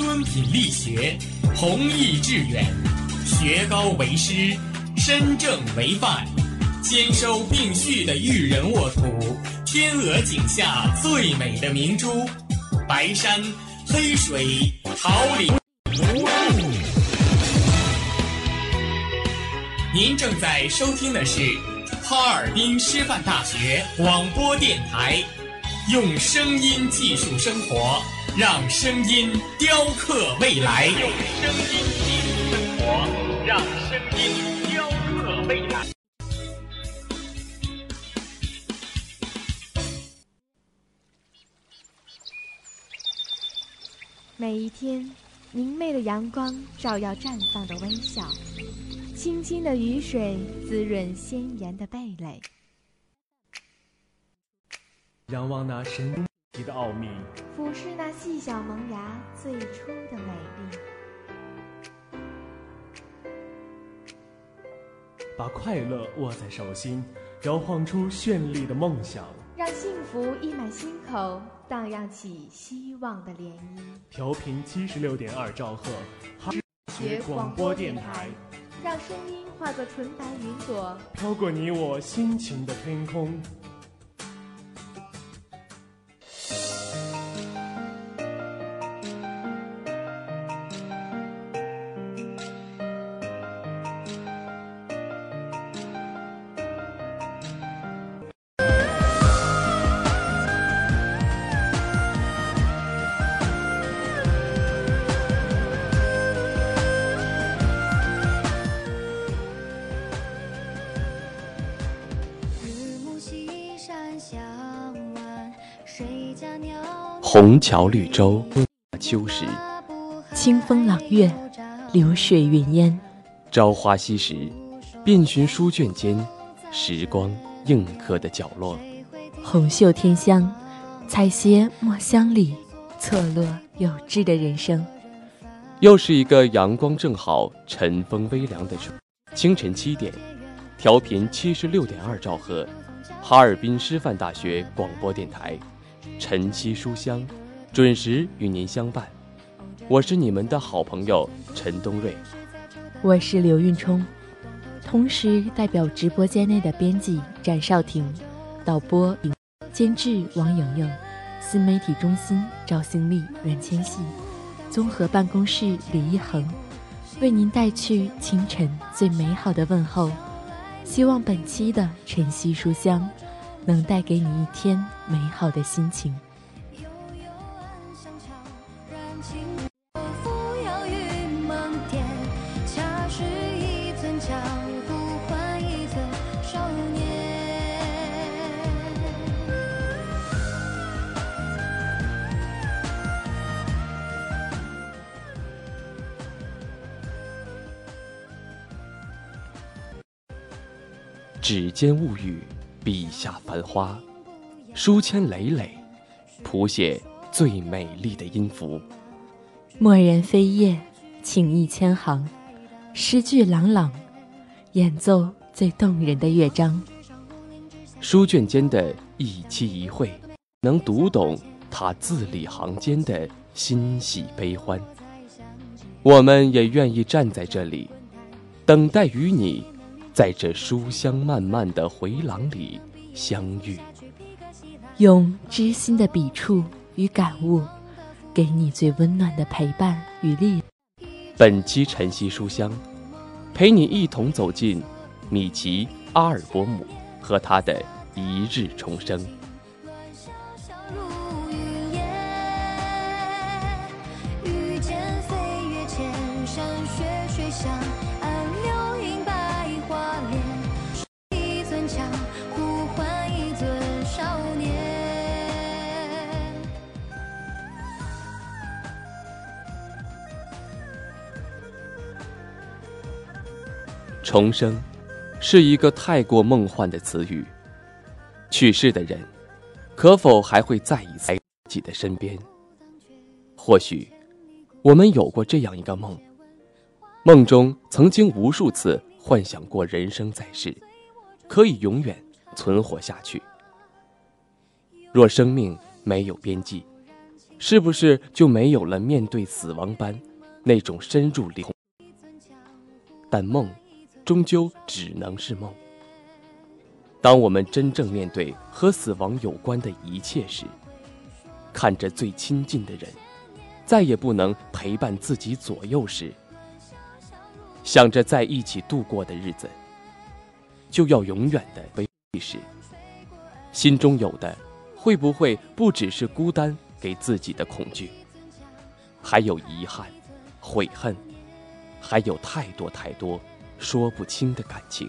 敦品力学，弘毅致远，学高为师，身正为范，兼收并蓄的育人沃土，天鹅颈下最美的明珠，白山黑水桃李无数。您正在收听的是哈尔滨师范大学广播电台，用声音技术生活，让声音雕刻未来。用声音技术生活，让声音雕刻未来。 每一天，明媚的阳光照耀绽放的微笑，清清的雨水滋润鲜艳的蓓蕾。 仰望那神奇的奥秘， 俯视那细小萌芽最初的美丽。 把快乐握在手心，摇晃出绚丽的梦想， 让幸福溢满心口，荡漾起希望的涟漪。 调频76.2兆赫，哈尔滨广播电台， 让声音化作纯白云朵， 飘过你我心情的天空。 红桥绿洲，秋时； 清风朗月，流水云烟。 朝花夕拾，遍寻书卷间时光映刻的角落。 红袖添香，采撷墨香里错落有致的人生。 又是一个阳光正好、晨风微凉的清晨7点，调频76.2兆赫，哈尔滨师范大学广播电台。晨曦书香，准时与您相伴。我是你们的好朋友陈东瑞， 我是刘运冲，同时代表直播间内的编辑展少婷、导播监制王莹莹、新媒体中心赵兴丽、阮千玺、综合办公室李一恒，为您带去清晨最美好的问候。希望本期的晨曦书香能带给你一天美好的心情。 指尖物语，笔下繁花，书签累累，谱写最美丽的音符。 墨人飞页，情意千行，诗句朗朗，演奏最动人的乐章。 书卷间的一期一会，能读懂他字里行间的欣喜悲欢。我们也愿意站在这里，等待与你在这书香漫漫的回廊里相遇， 用知心的笔触与感悟，给你最温暖的陪伴与力量。 本期晨曦书香，陪你一同走进米奇·阿尔伯姆和他的一日重生。重生是一个太过梦幻的词语，去世的人可否还会再一次在自己的身边？或许我们有过这样一个梦，梦中曾经无数次幻想过人生在世，可以永远存活下去。若生命没有边际， 是不是就没有了面对死亡般那种深入灵魂？但梦终究只能是梦。当我们真正面对和死亡有关的一切时，看着最亲近的人再也不能陪伴自己左右时，想着在一起度过的日子就要永远的悲时，心中有的会不会不只是孤单给自己的恐惧，还有遗憾、悔恨，还有太多太多说不清的感情。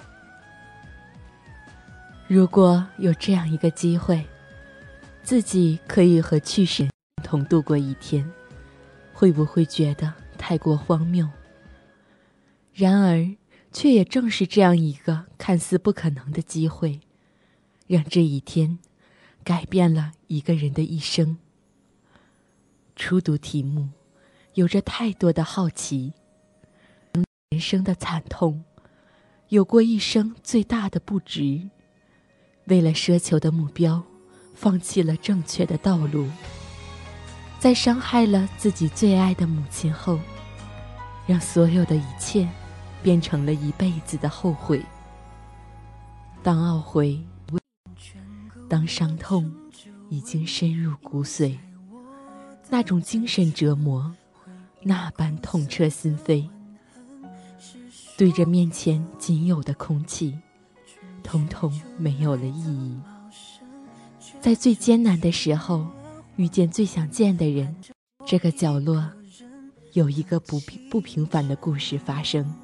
如果有这样一个机会，自己可以和去世共同度过一天，会不会觉得太过荒谬？然而却也正是这样一个看似不可能的机会，让这一天改变了一个人的一生。初读题目，有着太多的好奇，人生的惨痛，有过一生最大的不值，为了奢求的目标放弃了正确的道路，在伤害了自己最爱的母亲后，让所有的一切变成了一辈子的后悔。当懊悔，当伤痛已经深入骨髓，那种精神折磨那般痛彻心扉，对着面前仅有的空气，统统没有了意义。在最艰难的时候遇见最想见的人，这个角落有一个不平凡的故事发生。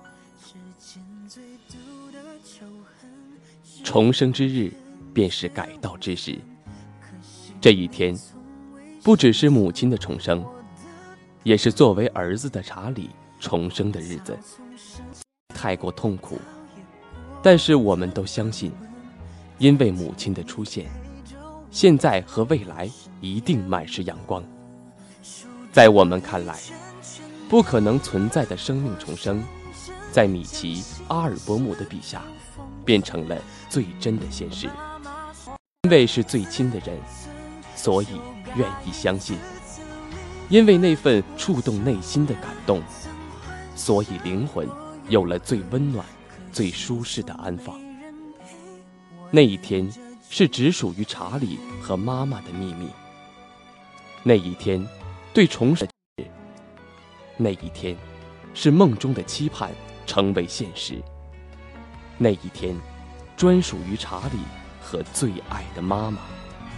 重生之日便是改道之时，这一天不只是母亲的重生，也是作为儿子的查理重生的日子。太过痛苦，但是我们都相信，因为母亲的出现，现在和未来一定满是阳光。在我们看来不可能存在的生命重生，在米奇·阿尔伯姆的笔下变成了最真的现实。因为是最亲的人，所以愿意相信，因为那份触动内心的感动，所以灵魂有了最温暖最舒适的安放。那一天是只属于查理和妈妈的秘密，那一天对重生，那一天是梦中的期盼成为现实，那一天专属于查理和最爱的妈妈。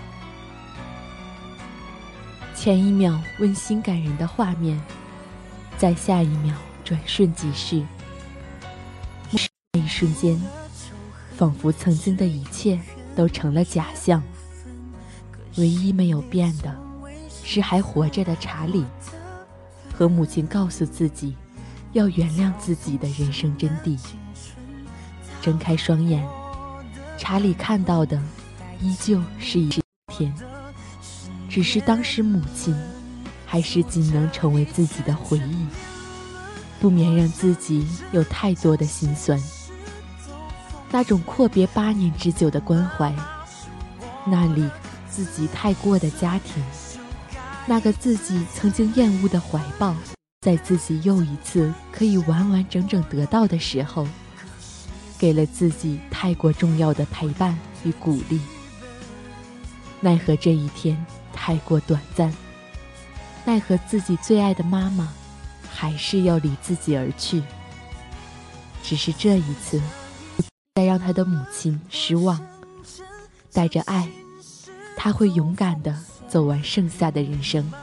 前一秒温馨感人的画面，在下一秒转瞬即逝。那一瞬间，仿佛曾经的一切都成了假象，唯一没有变的是还活着的查理，和母亲告诉自己要原谅自己的人生真谛。睁开双眼，查理看到的依旧是一天，只是当时母亲还是仅能成为自己的回忆，不免让自己有太多的心酸。那种阔别8年之久的关怀，那里自己太过的家庭，那个自己曾经厌恶的怀抱，在自己又一次可以完完整整得到的时候，给了自己太过重要的陪伴与鼓励。奈何这一天太过短暂，奈何自己最爱的妈妈还是要离自己而去。只是这一次再让他的母亲失望，带着爱，他会勇敢地走完剩下的人生。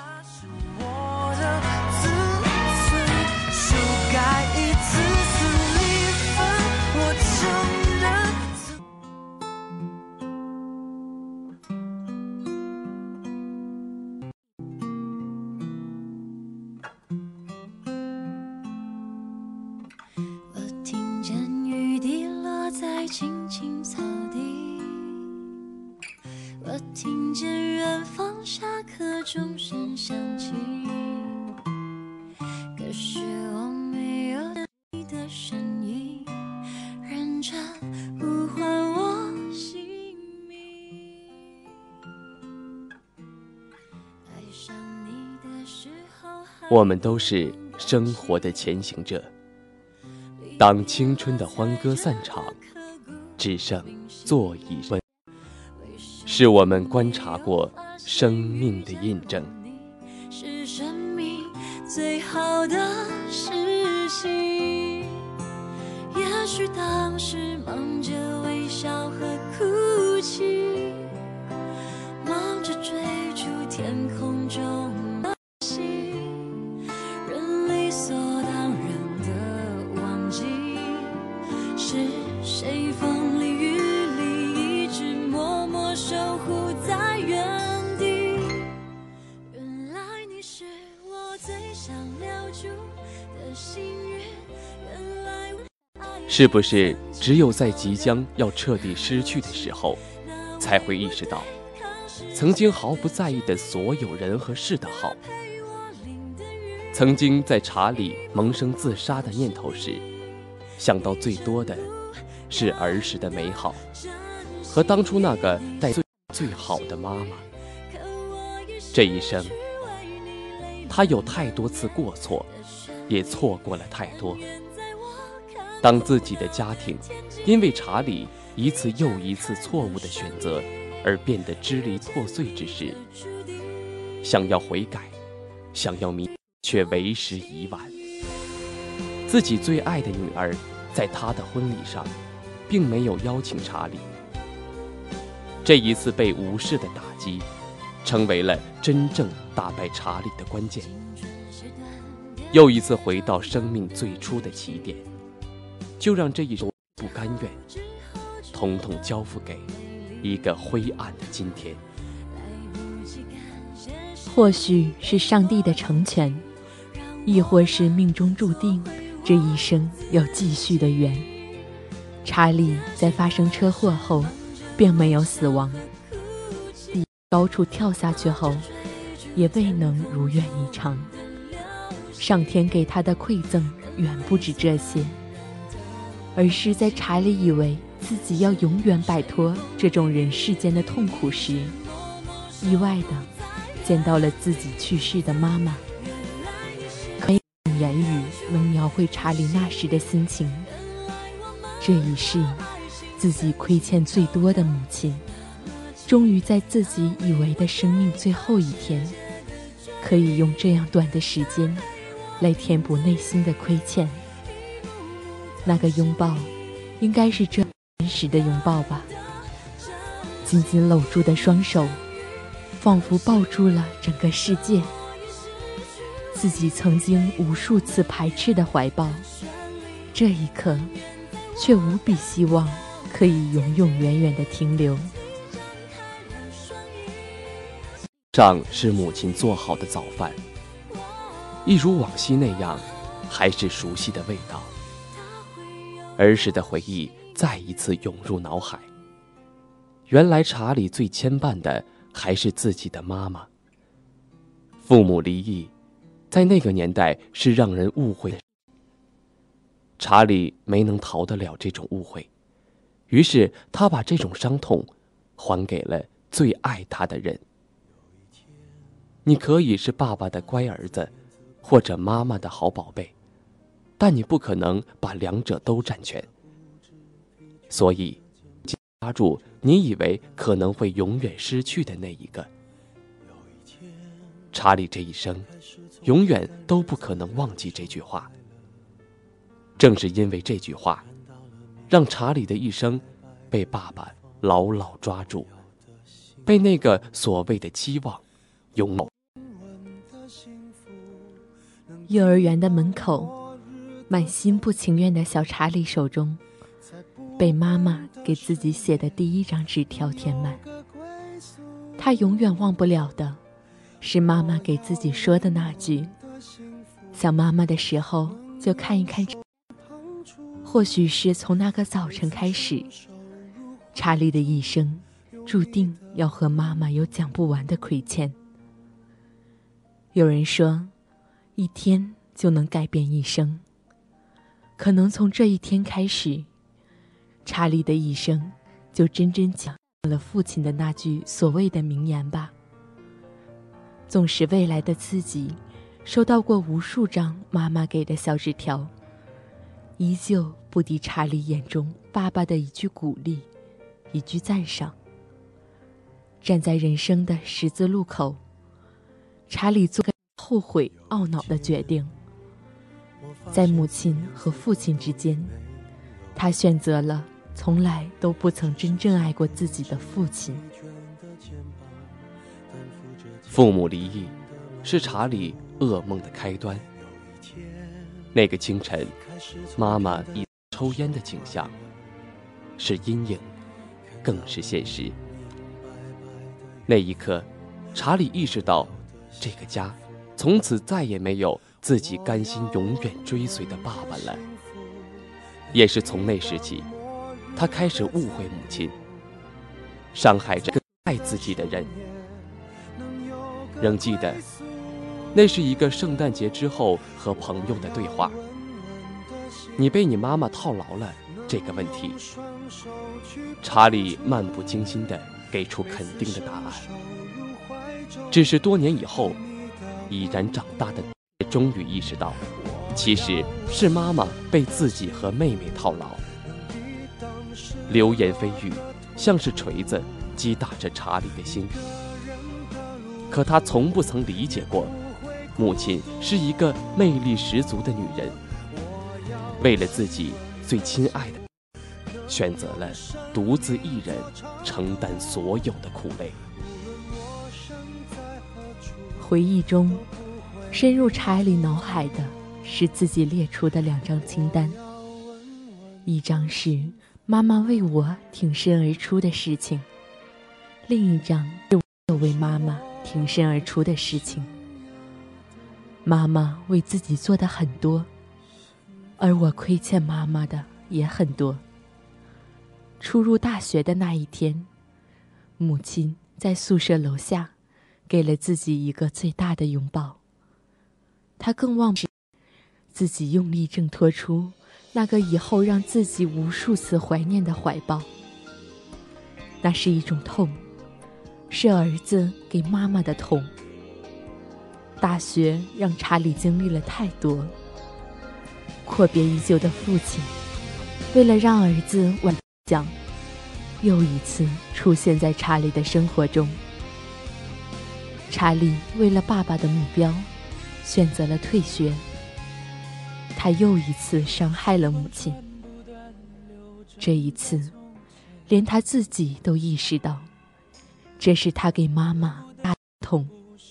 青青草地，我听见远方下课钟声响起，可是我没有你的身影，认真呼唤我姓名。 我们都是生活的前行者。当青春的欢歌散场，只剩座椅温，是我们观察过生命的印证， 是生命最好的事情。也许当时忙着微笑和哭泣，忙着追逐天空中的星，人理所当然的忘记，是谁风里雨里一直默默守护在原地。原来你是我最想留住的幸运，原来是不是只有在即将要彻底失去的时候，才会意识到曾经毫不在意的所有人和事的好？曾经在查理萌生自杀的念头时，想到最多的是儿时的美好，和当初那个带最好的妈妈。这一生，他有太多次过错，也错过了太多。当自己的家庭因为查理一次又一次错误的选择而变得支离破碎之时，想要悔改，想要弥补，却为时已晚。自己最爱的女儿在他的婚礼上并没有邀请查理。这一次被无视的打击，成为了真正打败查理的关键。又一次回到生命最初的起点，就让这一种不甘愿统统交付给一个灰暗的今天。 或许是上帝的成全，亦或是命中注定这一生要继续的缘。查理在发生车祸后并没有死亡，从高处跳下去后也未能如愿以偿。上天给他的馈赠远不止这些，而是在查理以为自己要永远摆脱这种人世间的痛苦时，意外的见到了自己去世的妈妈。没有言语能描绘查理那时的心情。这一世自己亏欠最多的母亲，终于在自己以为的生命最后一天，可以用这样短的时间来填补内心的亏欠。那个拥抱应该是这真实的拥抱吧，紧紧搂住的双手仿佛抱住了整个世界，自己曾经无数次排斥的怀抱，这一刻却无比希望可以永永远远地停留。 上是母亲做好的早饭，一如往昔那样，还是熟悉的味道。儿时的回忆再一次涌入脑海。原来查理最牵绊的还是自己的妈妈。父母离异，在那个年代是让人误会的。查理没能逃得了这种误会，于是他把这种伤痛还给了最爱他的人。你可以是爸爸的乖儿子，或者妈妈的好宝贝，但你不可能把两者都占全。所以抓住你以为可能会永远失去的那一个。查理这一生永远都不可能忘记这句话。正是因为这句话，让查理的一生被爸爸牢牢抓住，被那个所谓的期望拥有。 幼儿园的门口，满心不情愿的小查理手中被妈妈给自己写的第一张纸条填满。他永远忘不了的是妈妈给自己说的那句：想妈妈的时候就看一看。或许是从那个早晨开始，查理的一生注定要和妈妈有讲不完的亏欠。有人说，一天就能改变一生，可能从这一天开始，查理的一生就真正讲了父亲的那句所谓的名言吧。纵使未来的自己收到过无数张妈妈给的小纸条，依旧不敌查理眼中爸爸的一句鼓励，一句赞赏。站在人生的十字路口，查理做个后悔懊恼的决定。在母亲和父亲之间，他选择了从来都不曾真正爱过自己的父亲。 父母离异是查理噩梦的开端。那个清晨，妈妈已抽烟的景象，是阴影，更是现实。那一刻，查理意识到，这个家从此再也没有自己甘心永远追随的爸爸了。也是从那时起，他开始误会母亲，伤害着更爱自己的人。仍记得，那是一个圣诞节之后和朋友的对话。你被你妈妈套牢了这个问题，查理漫不经心地给出肯定的答案。只是多年以后，已然长大的也终于意识到，其实是妈妈被自己和妹妹套牢。流言蜚语像是锤子击打着查理的心，可他从不曾理解过，母亲是一个魅力十足的女人，为了自己最亲爱的，选择了独自一人承担所有的苦累。 回忆中，深入查理脑海的是自己列出的2张清单，一张是妈妈为我挺身而出的事情，另一张是我为妈妈挺身而出的事情。妈妈为自己做的很多，而我亏欠妈妈的也很多。初入大学的那一天，母亲在宿舍楼下给了自己一个最大的拥抱，她更忘不了自己用力挣脱出那个以后让自己无数次怀念的怀抱。那是一种痛，是儿子给妈妈的痛。大学让查理经历了太多，阔别已久的父亲为了让儿子晚讲，又一次出现在查理的生活中。查理为了爸爸的目标选择了退学，他又一次伤害了母亲。这一次连他自己都意识到，这是他给妈妈大的痛。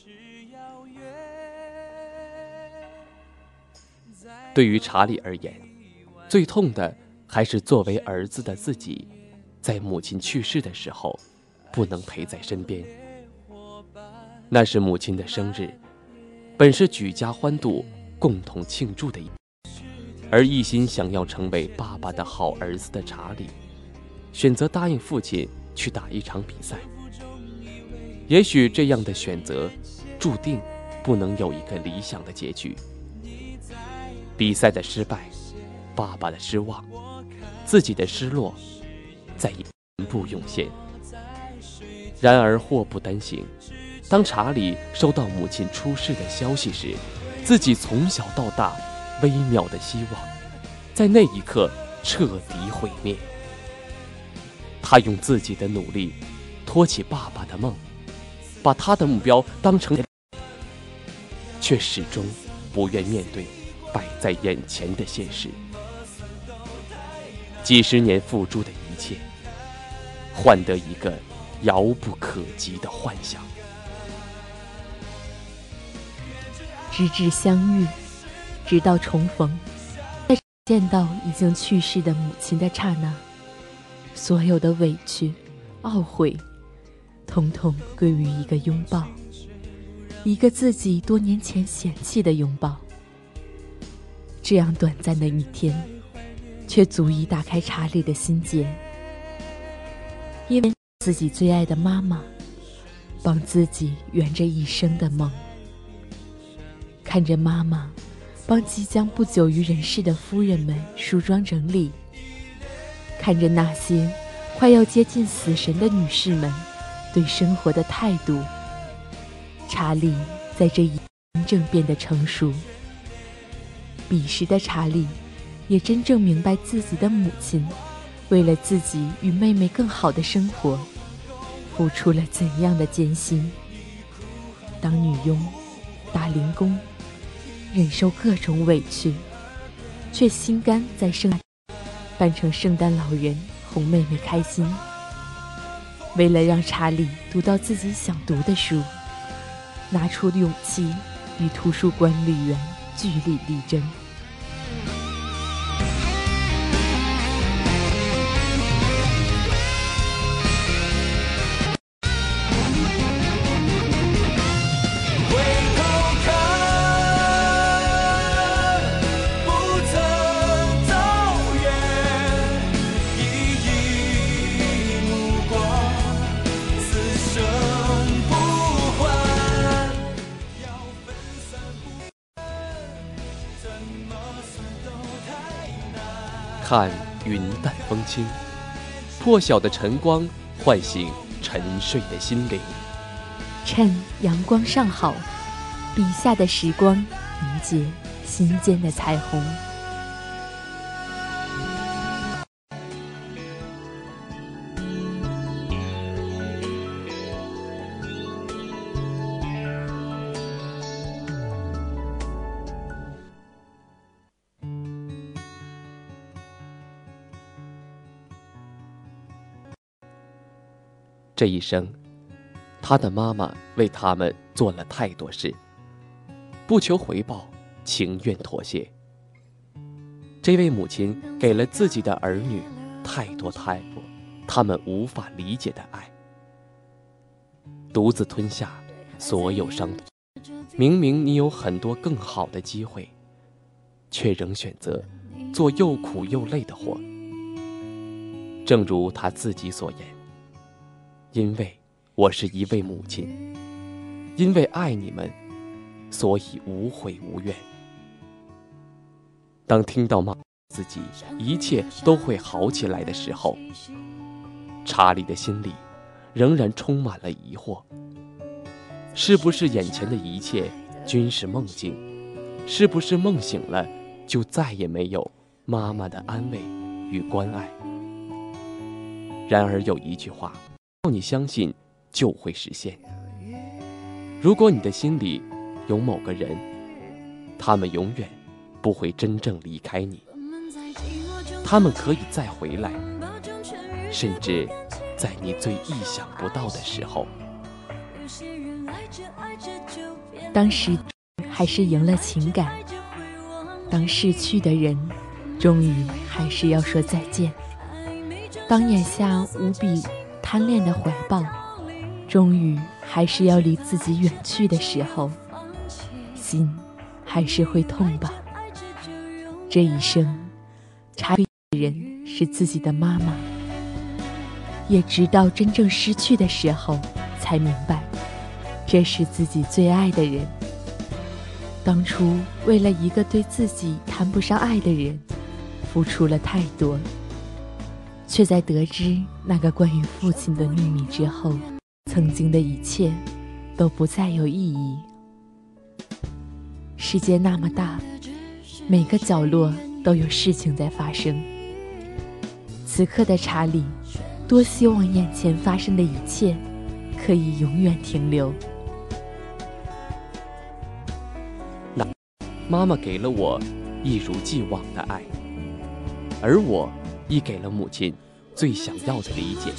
对于查理而言，最痛的还是作为儿子的自己，在母亲去世的时候不能陪在身边。那是母亲的生日，本是举家欢度共同庆祝的一天，而一心想要成为爸爸的好儿子的查理，选择答应父亲去打一场比赛。也许这样的选择注定不能有一个理想的结局。比赛的失败，爸爸的失望，自己的失落，在全部涌现。然而祸不单行，当查理收到母亲出事的消息时，自己从小到大微渺的希望，在那一刻彻底毁灭。他用自己的努力托起爸爸的梦，把他的目标当成，却始终不愿面对摆在眼前的现实。几十年付诸的一切，换得一个遥不可及的幻想。 直至相遇，直到重逢，在见到已经去世的母亲的刹那，所有的委屈、懊悔，统统归于一个拥抱，一个自己多年前嫌弃的拥抱。这样短暂的一天，却足以打开查理的心结。因为自己最爱的妈妈，帮自己圆着一生的梦。看着妈妈帮即将不久于人世的夫人们梳妆整理，看着那些快要接近死神的女士们对生活的态度，查理在这一真正变得成熟。彼时的查理也真正明白自己的母亲为了自己与妹妹更好的生活付出了怎样的艰辛。当女佣、打零工，忍受各种委屈，却心甘在扮成圣诞老人哄妹妹开心。为了让查理读到自己想读的书，拿出勇气与图书管理员据理力争。 看云淡风轻，破晓的晨光唤醒沉睡的心灵。 趁阳光尚好，笔下的时光凝结心间的彩虹。 这一生，他的妈妈为他们做了太多事，不求回报，情愿妥协。这位母亲给了自己的儿女太多他们无法理解的爱，独自吞下所有伤痛。明明你有很多更好的机会，却仍选择做又苦又累的活。正如他自己所言，因为我是一位母亲，因为爱你们，所以无悔无怨。当听到妈自己一切都会好起来的时候，查理的心里仍然充满了疑惑。是不是眼前的一切均是梦境？是不是梦醒了就再也没有妈妈的安慰与关爱？然而有一句话，只要你相信就会实现。如果你的心里有某个人，他们永远不会真正离开你，他们可以再回来，甚至在你最意想不到的时候。 当时还是赢了情感，当逝去的人终于还是要说再见，当眼下无比贪恋的怀抱终于还是要离自己远去的时候，心还是会痛吧。这一生查理的人是自己的妈妈，也直到真正失去的时候才明白，这是自己最爱的人。当初为了一个对自己谈不上爱的人付出了太多，却在得知那个关于父亲的秘密之后，曾经的一切都不再有意义。世界那么大，每个角落都有事情在发生。此刻的查理多希望眼前发生的一切可以永远停留。 妈妈给了我一如既往的爱，而我亦给了母亲最想要的理解。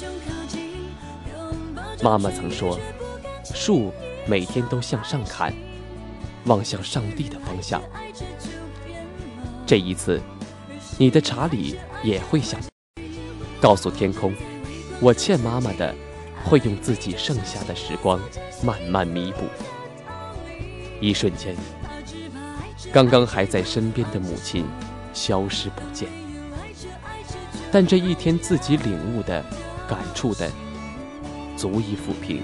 妈妈曾说，树每天都向上看，望向上帝的方向。这一次，你的查理也会想告诉天空，我欠妈妈的会用自己剩下的时光慢慢弥补。一瞬间，刚刚还在身边的母亲消失不见，但这一天自己领悟的、感触的，足以抚平。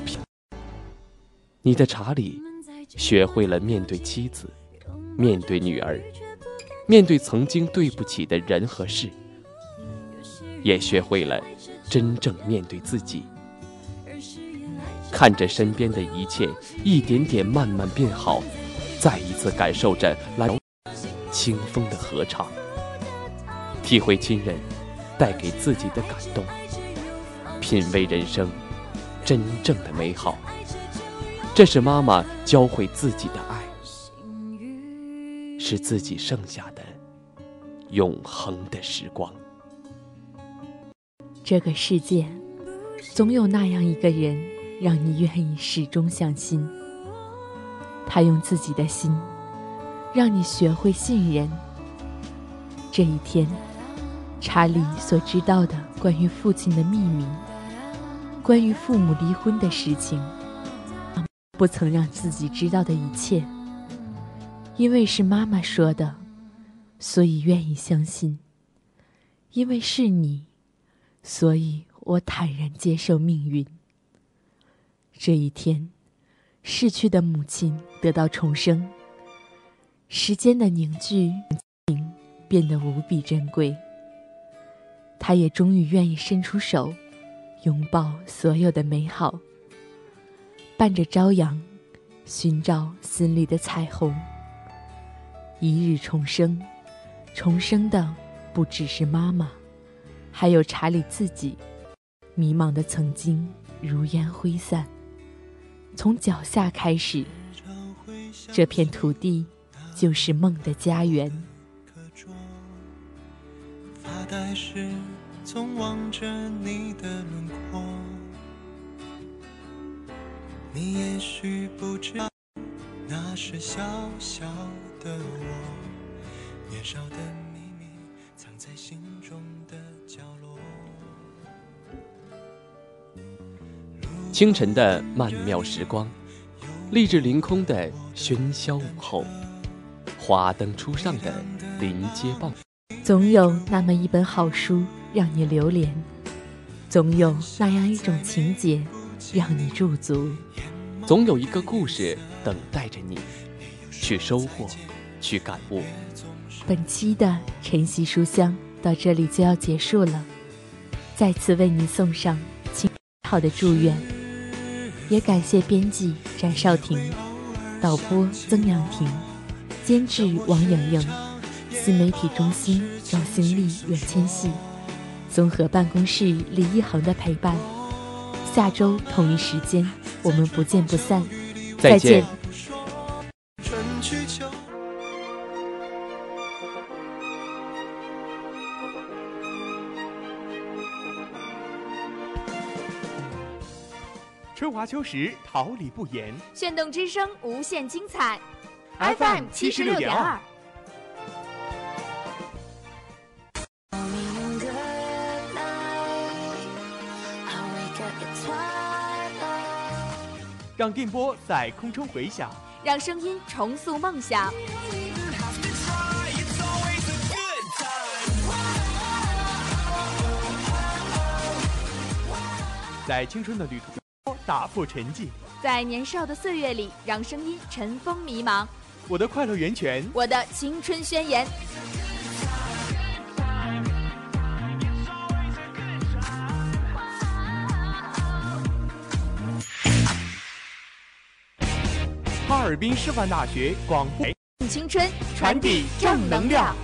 你的查理学会了面对妻子，面对女儿，面对曾经对不起的人和事，也学会了真正面对自己。看着身边的一切一点点慢慢变好， 次感受着来清风的合唱，体会亲人带给自己的感动，品味人生真正的美好。这是妈妈教会自己的爱，是自己剩下的永恒的时光。 这个世界总有那样一个人，让你愿意始终相信。他用自己的心让你学会信任。这一天，查理所知道的关于父亲的秘密，关于父母离婚的事情，不曾让自己知道的一切，因为是妈妈说的，所以愿意相信；因为是你，所以我坦然接受命运。这一天，逝去的母亲得到重生，时间的凝聚变得无比珍贵。她也终于愿意伸出手，拥抱所有的美好，伴着朝阳，寻找心里的彩虹。一日重生，重生的不只是妈妈，还有查理自己。迷茫的曾经如烟挥散，从脚下开始，这片土地就是梦的家园。 发呆时总望着你的轮廓，你也许不知道，那是小小的我，年少的秘密藏在心中的角落。 清晨的曼妙时光，丽质凌空的喧嚣午后，华灯初上的临街报， 总有那么一本好书让你流连，总有那样一种情节让你驻足， 总有一个故事等待着你去收获，去感悟。 本期的晨曦书香到这里就要结束了，再次为你送上清好的祝愿，也感谢编辑翟少婷，导播曾阳婷，监制王莹莹，新媒体中心赵兴丽、袁千玺，综合办公室李一恒的陪伴。下周同一时间我们不见不散， 再见。 春华秋实，桃李不言。 炫动之声，无限精彩。 FM 76.2。让电波在空中回响， 让声音重塑梦想。 在青春的旅途打破沉寂， 在年少的岁月里，让声音尘封迷茫。 我的快乐源泉， 我的青春宣言。 哈尔滨师范大学广播， 青春传递正能量。